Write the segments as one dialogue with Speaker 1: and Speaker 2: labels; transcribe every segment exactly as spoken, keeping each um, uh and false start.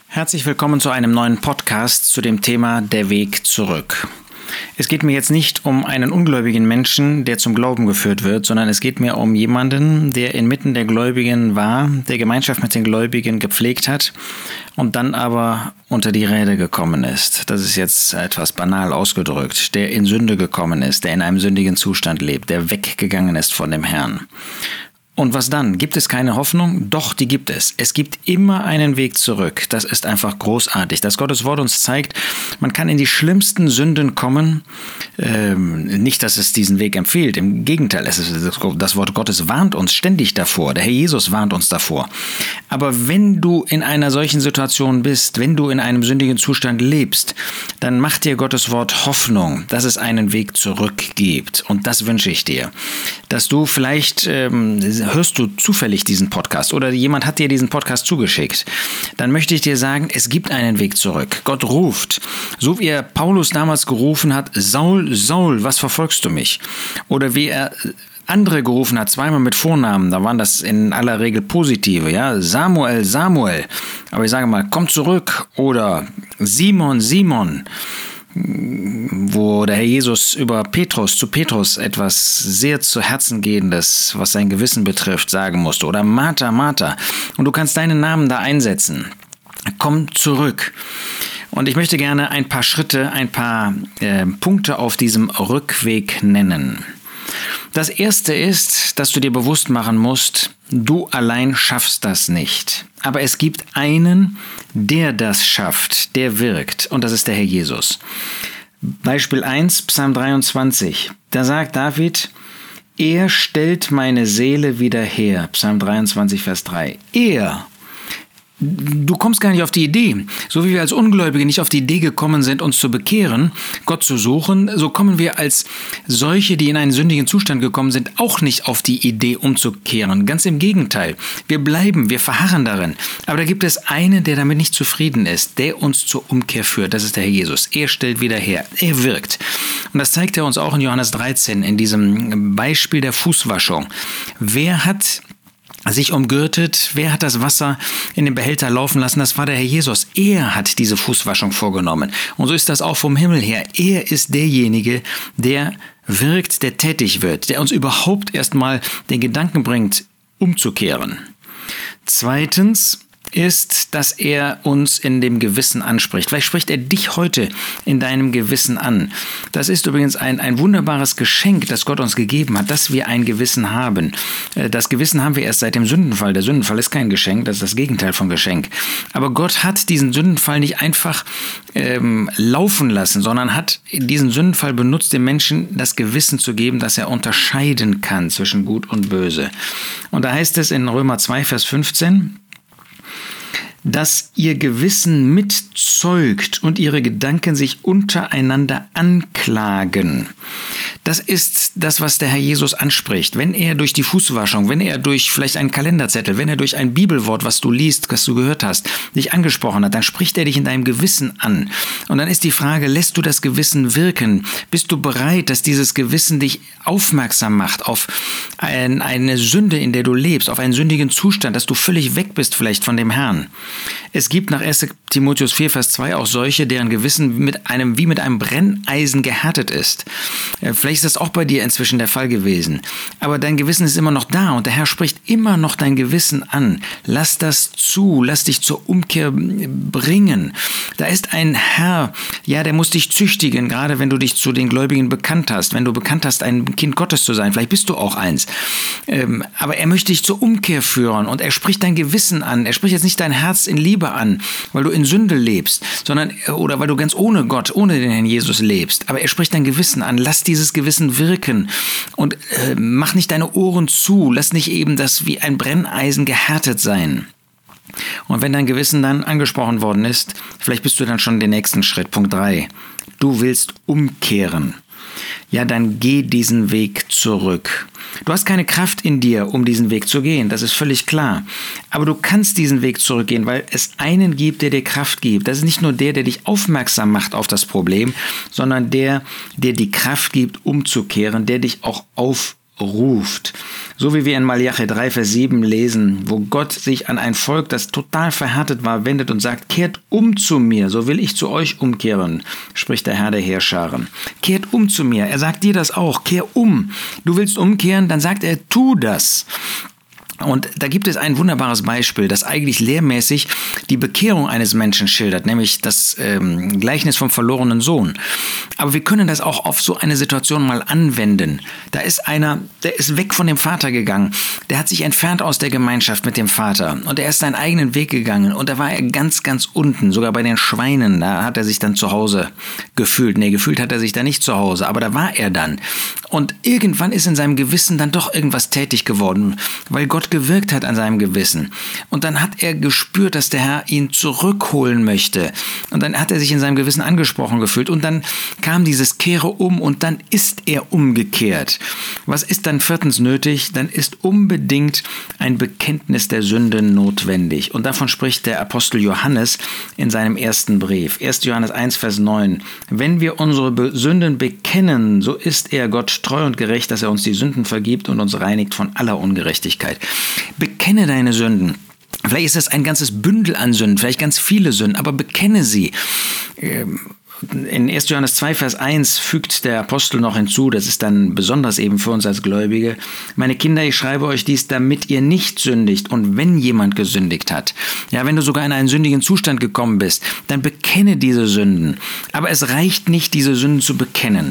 Speaker 1: Herzlich willkommen zu einem neuen Podcast zu dem Thema Der Weg zurück. Es geht mir jetzt nicht um einen ungläubigen Menschen, der zum Glauben geführt wird, sondern es geht mir um jemanden, der inmitten der Gläubigen war, der Gemeinschaft mit den Gläubigen gepflegt hat und dann aber unter die Räder gekommen ist. Das ist jetzt etwas banal ausgedrückt, der in Sünde gekommen ist, der in einem sündigen Zustand lebt, der weggegangen ist von dem Herrn. Und was dann? Gibt es keine Hoffnung? Doch, die gibt es. Es gibt immer einen Weg zurück. Das ist einfach großartig, dass Gottes Wort uns zeigt, man kann in die schlimmsten Sünden kommen. Ähm, nicht, dass es diesen Weg empfiehlt. Im Gegenteil, es ist, das Wort Gottes warnt uns ständig davor. Der Herr Jesus warnt uns davor. Aber wenn du in einer solchen Situation bist, wenn du in einem sündigen Zustand lebst, dann macht dir Gottes Wort Hoffnung, dass es einen Weg zurück gibt. Und das wünsche ich dir. Dass du vielleicht... Ähm, hörst du zufällig diesen Podcast oder jemand hat dir diesen Podcast zugeschickt, dann möchte ich dir sagen, es gibt einen Weg zurück. Gott ruft, so wie er Paulus damals gerufen hat, Saul, Saul, was verfolgst du mich? Oder wie er andere gerufen hat, zweimal mit Vornamen, da waren das in aller Regel positive, ja, Samuel, Samuel. Aber ich sage mal, komm zurück oder Simon, Simon. Wo der Herr Jesus über Petrus, zu Petrus etwas sehr zu Herzen gehendes, was sein Gewissen betrifft, sagen musste. Oder Martha, Martha. Und du kannst deinen Namen da einsetzen. Komm zurück. Und ich möchte gerne ein paar Schritte, ein paar äh, Punkte auf diesem Rückweg nennen. Das erste ist, dass du dir bewusst machen musst, du allein schaffst das nicht. Aber es gibt einen, der das schafft, der wirkt. Und das ist der Herr Jesus. Beispiel eins, Psalm dreiundzwanzig. Da sagt David, er stellt meine Seele wieder her. Psalm dreiundzwanzig, Vers drei. Er. Du kommst gar nicht auf die Idee. So wie wir als Ungläubige nicht auf die Idee gekommen sind, uns zu bekehren, Gott zu suchen, so kommen wir als solche, die in einen sündigen Zustand gekommen sind, auch nicht auf die Idee umzukehren. Ganz im Gegenteil. Wir bleiben, wir verharren darin. Aber da gibt es einen, der damit nicht zufrieden ist, der uns zur Umkehr führt. Das ist der Herr Jesus. Er stellt wieder her. Er wirkt. Und das zeigt er uns auch in Johannes dreizehn, in diesem Beispiel der Fußwaschung. Wer hat sich umgürtet, wer hat das Wasser in den Behälter laufen lassen? Das war der Herr Jesus. Er hat diese Fußwaschung vorgenommen. Und so ist das auch vom Himmel her. Er ist derjenige, der wirkt, der tätig wird, der uns überhaupt erstmal den Gedanken bringt, umzukehren. Zweitens ist, dass er uns in dem Gewissen anspricht. Vielleicht spricht er dich heute in deinem Gewissen an. Das ist übrigens ein, ein wunderbares Geschenk, das Gott uns gegeben hat, dass wir ein Gewissen haben. Das Gewissen haben wir erst seit dem Sündenfall. Der Sündenfall ist kein Geschenk, das ist das Gegenteil von Geschenk. Aber Gott hat diesen Sündenfall nicht einfach ähm, laufen lassen, sondern hat diesen Sündenfall benutzt, dem Menschen das Gewissen zu geben, dass er unterscheiden kann zwischen Gut und Böse. Und da heißt es in Römer zwei, Vers fünfzehn, dass ihr Gewissen mitzeugt und ihre Gedanken sich untereinander anklagen. Das ist das, was der Herr Jesus anspricht. Wenn er durch die Fußwaschung, wenn er durch vielleicht einen Kalenderzettel, wenn er durch ein Bibelwort, was du liest, was du gehört hast, dich angesprochen hat, dann spricht er dich in deinem Gewissen an. Und dann ist die Frage, lässt du das Gewissen wirken? Bist du bereit, dass dieses Gewissen dich aufmerksam macht auf ein, eine Sünde, in der du lebst, auf einen sündigen Zustand, dass du völlig weg bist vielleicht von dem Herrn? Es gibt nach erster Timotheus vier, Vers zwei auch solche, deren Gewissen mit einem, wie mit einem Brenneisen gehärtet ist. Vielleicht ist das auch bei dir inzwischen der Fall gewesen. Aber dein Gewissen ist immer noch da und der Herr spricht immer noch dein Gewissen an. Lass das zu, lass dich zur Umkehr bringen. Da ist ein Herr, ja, der muss dich züchtigen, gerade wenn du dich zu den Gläubigen bekannt hast, wenn du bekannt hast, ein Kind Gottes zu sein. Vielleicht bist du auch eins. Aber er möchte dich zur Umkehr führen und er spricht dein Gewissen an. Er spricht jetzt nicht dein Herz in Liebe an, weil du in Sünde lebst, sondern oder weil du ganz ohne Gott, ohne den Herrn Jesus lebst. Aber er spricht dein Gewissen an. Lass dieses Gewissen wirken und äh, mach nicht deine Ohren zu. Lass nicht eben das wie ein Brenneisen gehärtet sein. Und wenn dein Gewissen dann angesprochen worden ist, vielleicht bist du dann schon den nächsten Schritt. Punkt drei. Du willst umkehren. Ja, dann geh diesen Weg zurück. Du hast keine Kraft in dir, um diesen Weg zu gehen, das ist völlig klar. Aber du kannst diesen Weg zurückgehen, weil es einen gibt, der dir Kraft gibt. Das ist nicht nur der, der dich aufmerksam macht auf das Problem, sondern der, der die Kraft gibt, umzukehren, der dich auch auf ruft. So wie wir in Malachi drei, Vers sieben lesen, wo Gott sich an ein Volk, das total verhärtet war, wendet und sagt, kehrt um zu mir, so will ich zu euch umkehren, spricht der Herr der Heerscharen. Kehrt um zu mir. Er sagt dir das auch. Kehr um. Du willst umkehren, dann sagt er, tu das. Und da gibt es ein wunderbares Beispiel, das eigentlich lehrmäßig die Bekehrung eines Menschen schildert, nämlich das ähm, Gleichnis vom verlorenen Sohn. Aber wir können das auch auf so eine Situation mal anwenden. Da ist einer, der ist weg von dem Vater gegangen, der hat sich entfernt aus der Gemeinschaft mit dem Vater und er ist seinen eigenen Weg gegangen und da war er ganz, ganz unten, sogar bei den Schweinen, da hat er sich dann zu Hause gefühlt. Nee, gefühlt hat er sich da nicht zu Hause, aber da war er dann. Und irgendwann ist in seinem Gewissen dann doch irgendwas tätig geworden, weil Gott gewirkt hat an seinem Gewissen. Und dann hat er gespürt, dass der Herr ihn zurückholen möchte. Und dann hat er sich in seinem Gewissen angesprochen gefühlt. Und dann kam dieses Kehre um und dann ist er umgekehrt. Was ist dann viertens nötig? Dann ist unbedingt ein Bekenntnis der Sünden notwendig. Und davon spricht der Apostel Johannes in seinem ersten Brief. erster Johannes eins, Vers neun. Wenn wir unsere Be- Sünden bekennen, so ist er Gott treu und gerecht, dass er uns die Sünden vergibt und uns reinigt von aller Ungerechtigkeit. Bekenne deine Sünden. Vielleicht ist es ein ganzes Bündel an Sünden, vielleicht ganz viele Sünden, aber bekenne sie. In erster Johannes zwei, Vers eins fügt der Apostel noch hinzu, das ist dann besonders eben für uns als Gläubige: Meine Kinder, ich schreibe euch dies, damit ihr nicht sündigt. Und wenn jemand gesündigt hat, ja, wenn du sogar in einen sündigen Zustand gekommen bist, dann bekenne diese Sünden. Aber es reicht nicht, diese Sünden zu bekennen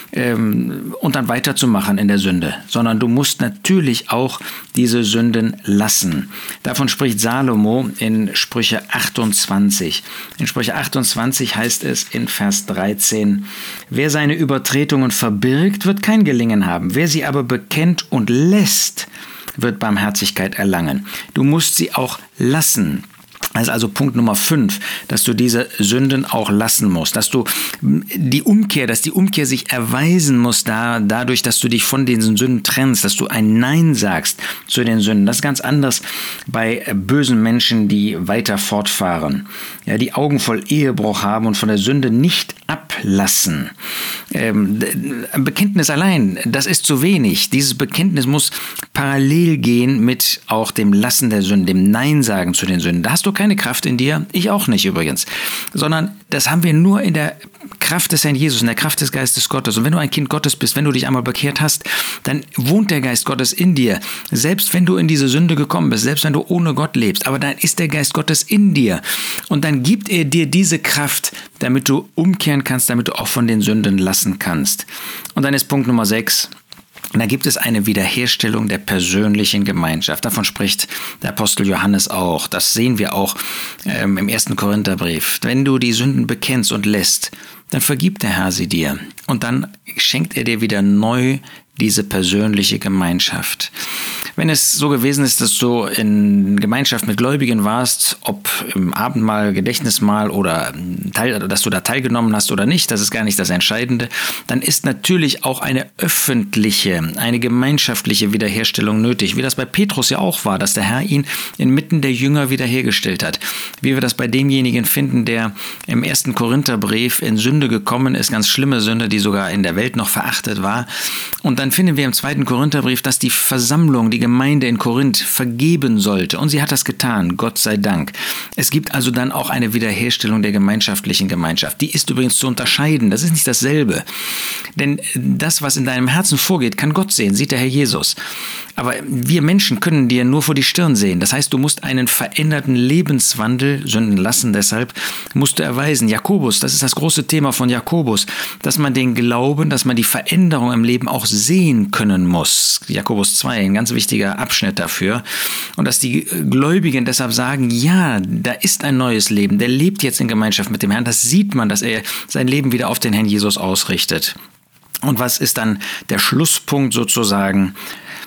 Speaker 1: ähm, und dann weiterzumachen in der Sünde, sondern du musst natürlich auch diese Sünden lassen. Davon spricht Salomo in Sprüche achtundzwanzig. In Sprüche achtundzwanzig heißt es in Vers dreizehn, wer seine Übertretungen verbirgt, wird kein Gelingen haben. Wer sie aber bekennt und lässt, wird Barmherzigkeit erlangen. Du musst sie auch lassen. Das ist also Punkt Nummer fünf, dass du diese Sünden auch lassen musst, dass du die Umkehr, dass die Umkehr sich erweisen muss da, dadurch, dass du dich von diesen Sünden trennst, dass du ein Nein sagst zu den Sünden. Das ist ganz anders bei bösen Menschen, die weiter fortfahren, ja, die Augen voll Ehebruch haben und von der Sünde nicht ablassen. Ähm, Bekenntnis allein, das ist zu wenig. Dieses Bekenntnis muss parallel gehen mit auch dem Lassen der Sünden, dem Nein sagen zu den Sünden. Da hast du keine Kraft in dir, ich auch nicht übrigens, sondern das haben wir nur in der Kraft des Herrn Jesus, in der Kraft des Geistes Gottes. Und wenn du ein Kind Gottes bist, wenn du dich einmal bekehrt hast, dann wohnt der Geist Gottes in dir. Selbst wenn du in diese Sünde gekommen bist, selbst wenn du ohne Gott lebst, aber dann ist der Geist Gottes in dir. Und dann gibt er dir diese Kraft, damit du umkehren kannst, damit du auch von den Sünden lassen kannst. Und dann ist Punkt Nummer sechs. Und da gibt es eine Wiederherstellung der persönlichen Gemeinschaft. Davon spricht der Apostel Johannes auch. Das sehen wir auch ähm, im ersten Korintherbrief. Wenn du die Sünden bekennst und lässt, dann vergibt der Herr sie dir. Und dann schenkt er dir wieder neu diese persönliche Gemeinschaft. Wenn es so gewesen ist, dass du in Gemeinschaft mit Gläubigen warst, ob im Abendmahl, Gedächtnismahl oder teil, dass du da teilgenommen hast oder nicht, das ist gar nicht das Entscheidende, dann ist natürlich auch eine öffentliche, eine gemeinschaftliche Wiederherstellung nötig, wie das bei Petrus ja auch war, dass der Herr ihn inmitten der Jünger wiederhergestellt hat. Wie wir das bei demjenigen finden, der im ersten Korintherbrief in Sünde gekommen ist, ganz schlimme Sünde, die sogar in der Welt noch verachtet war. Und dann finden wir im zweiten Korintherbrief, dass die Versammlung, die Gemeinde in Korinth vergeben sollte. Und sie hat das getan, Gott sei Dank. Es gibt also dann auch eine Wiederherstellung der gemeinschaftlichen Gemeinschaft. Die ist übrigens zu unterscheiden. Das ist nicht dasselbe. Denn das, was in deinem Herzen vorgeht, kann Gott sehen, sieht der Herr Jesus. Aber wir Menschen können dir nur vor die Stirn sehen. Das heißt, du musst einen veränderten Lebenswandel, Sünden lassen deshalb, musst du erweisen. Jakobus, das ist das große Thema von Jakobus, dass man den Glauben, dass man die Veränderung im Leben auch sehen können muss. Jakobus zwei, ein ganz wichtiger Abschnitt dafür. Und dass die Gläubigen deshalb sagen, ja, da ist ein neues Leben, der lebt jetzt in Gemeinschaft mit dem Herrn. Das sieht man, dass er sein Leben wieder auf den Herrn Jesus ausrichtet. Und was ist dann der Schlusspunkt sozusagen?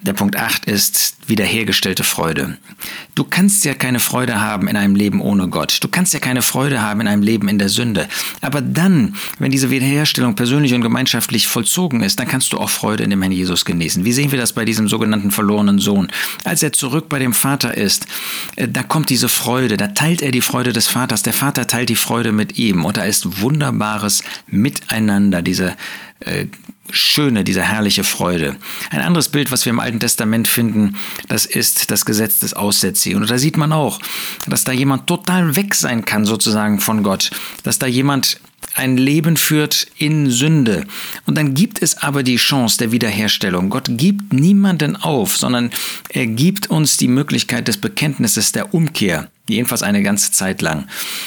Speaker 1: Der Punkt acht ist wiederhergestellte Freude. Du kannst ja keine Freude haben in einem Leben ohne Gott. Du kannst ja keine Freude haben in einem Leben in der Sünde. Aber dann, wenn diese Wiederherstellung persönlich und gemeinschaftlich vollzogen ist, dann kannst du auch Freude in dem Herrn Jesus genießen. Wie sehen wir das bei diesem sogenannten verlorenen Sohn? Als er zurück bei dem Vater ist, da kommt diese Freude, da teilt er die Freude des Vaters. Der Vater teilt die Freude mit ihm und da ist wunderbares Miteinander, diese äh, schöne, diese herrliche Freude. Ein anderes Bild, was wir im Alten Testament finden, das ist das Gesetz des Aussätzigen. Und da sieht man auch, dass da jemand total weg sein kann sozusagen von Gott, dass da jemand ein Leben führt in Sünde. Und dann gibt es aber die Chance der Wiederherstellung. Gott gibt niemanden auf, sondern er gibt uns die Möglichkeit des Bekenntnisses, der Umkehr, jedenfalls eine ganze Zeit lang.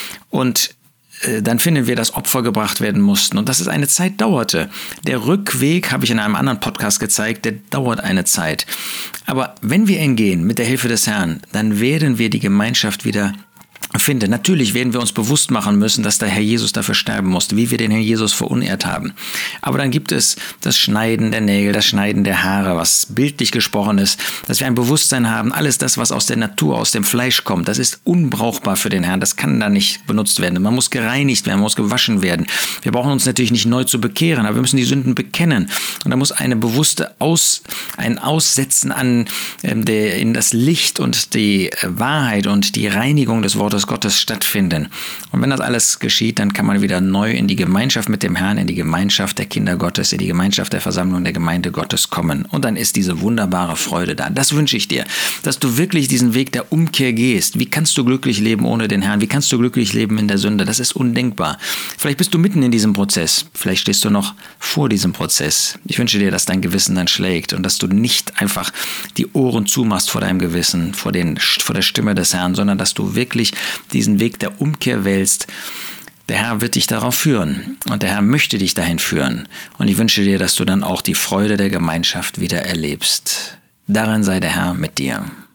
Speaker 1: Und dann finden wir, dass Opfer gebracht werden mussten und dass es eine Zeit dauerte. Der Rückweg, habe ich in einem anderen Podcast gezeigt, der dauert eine Zeit. Aber wenn wir ihn gehen mit der Hilfe des Herrn, dann werden wir die Gemeinschaft wieder finden. Natürlich werden wir uns bewusst machen müssen, dass der Herr Jesus dafür sterben musste, wie wir den Herrn Jesus verunehrt haben. Aber dann gibt es das Schneiden der Nägel, das Schneiden der Haare, was bildlich gesprochen ist, dass wir ein Bewusstsein haben, alles das, was aus der Natur, aus dem Fleisch kommt, das ist unbrauchbar für den Herrn, das kann da nicht benutzt werden. Man muss gereinigt werden, man muss gewaschen werden. Wir brauchen uns natürlich nicht neu zu bekehren, aber wir müssen die Sünden bekennen. Und da muss eine bewusste Aus, ein Aussetzen an ähm, der, in das Licht und die Wahrheit und die Reinigung des Wortes Gottes stattfinden. Und wenn das alles geschieht, dann kann man wieder neu in die Gemeinschaft mit dem Herrn, in die Gemeinschaft der Kinder Gottes, in die Gemeinschaft der Versammlung der Gemeinde Gottes kommen. Und dann ist diese wunderbare Freude da. Das wünsche ich dir, dass du wirklich diesen Weg der Umkehr gehst. Wie kannst du glücklich leben ohne den Herrn? Wie kannst du glücklich leben in der Sünde? Das ist undenkbar. Vielleicht bist du mitten in diesem Prozess. Vielleicht stehst du noch vor diesem Prozess. Ich wünsche dir, dass dein Gewissen dann schlägt und dass du nicht einfach die Ohren zumachst vor deinem Gewissen, vor, den, vor der Stimme des Herrn, sondern dass du wirklich diesen Weg der Umkehr wählst. Der Herr wird dich darauf führen und der Herr möchte dich dahin führen. Und ich wünsche dir, dass du dann auch die Freude der Gemeinschaft wieder erlebst. Darin sei der Herr mit dir.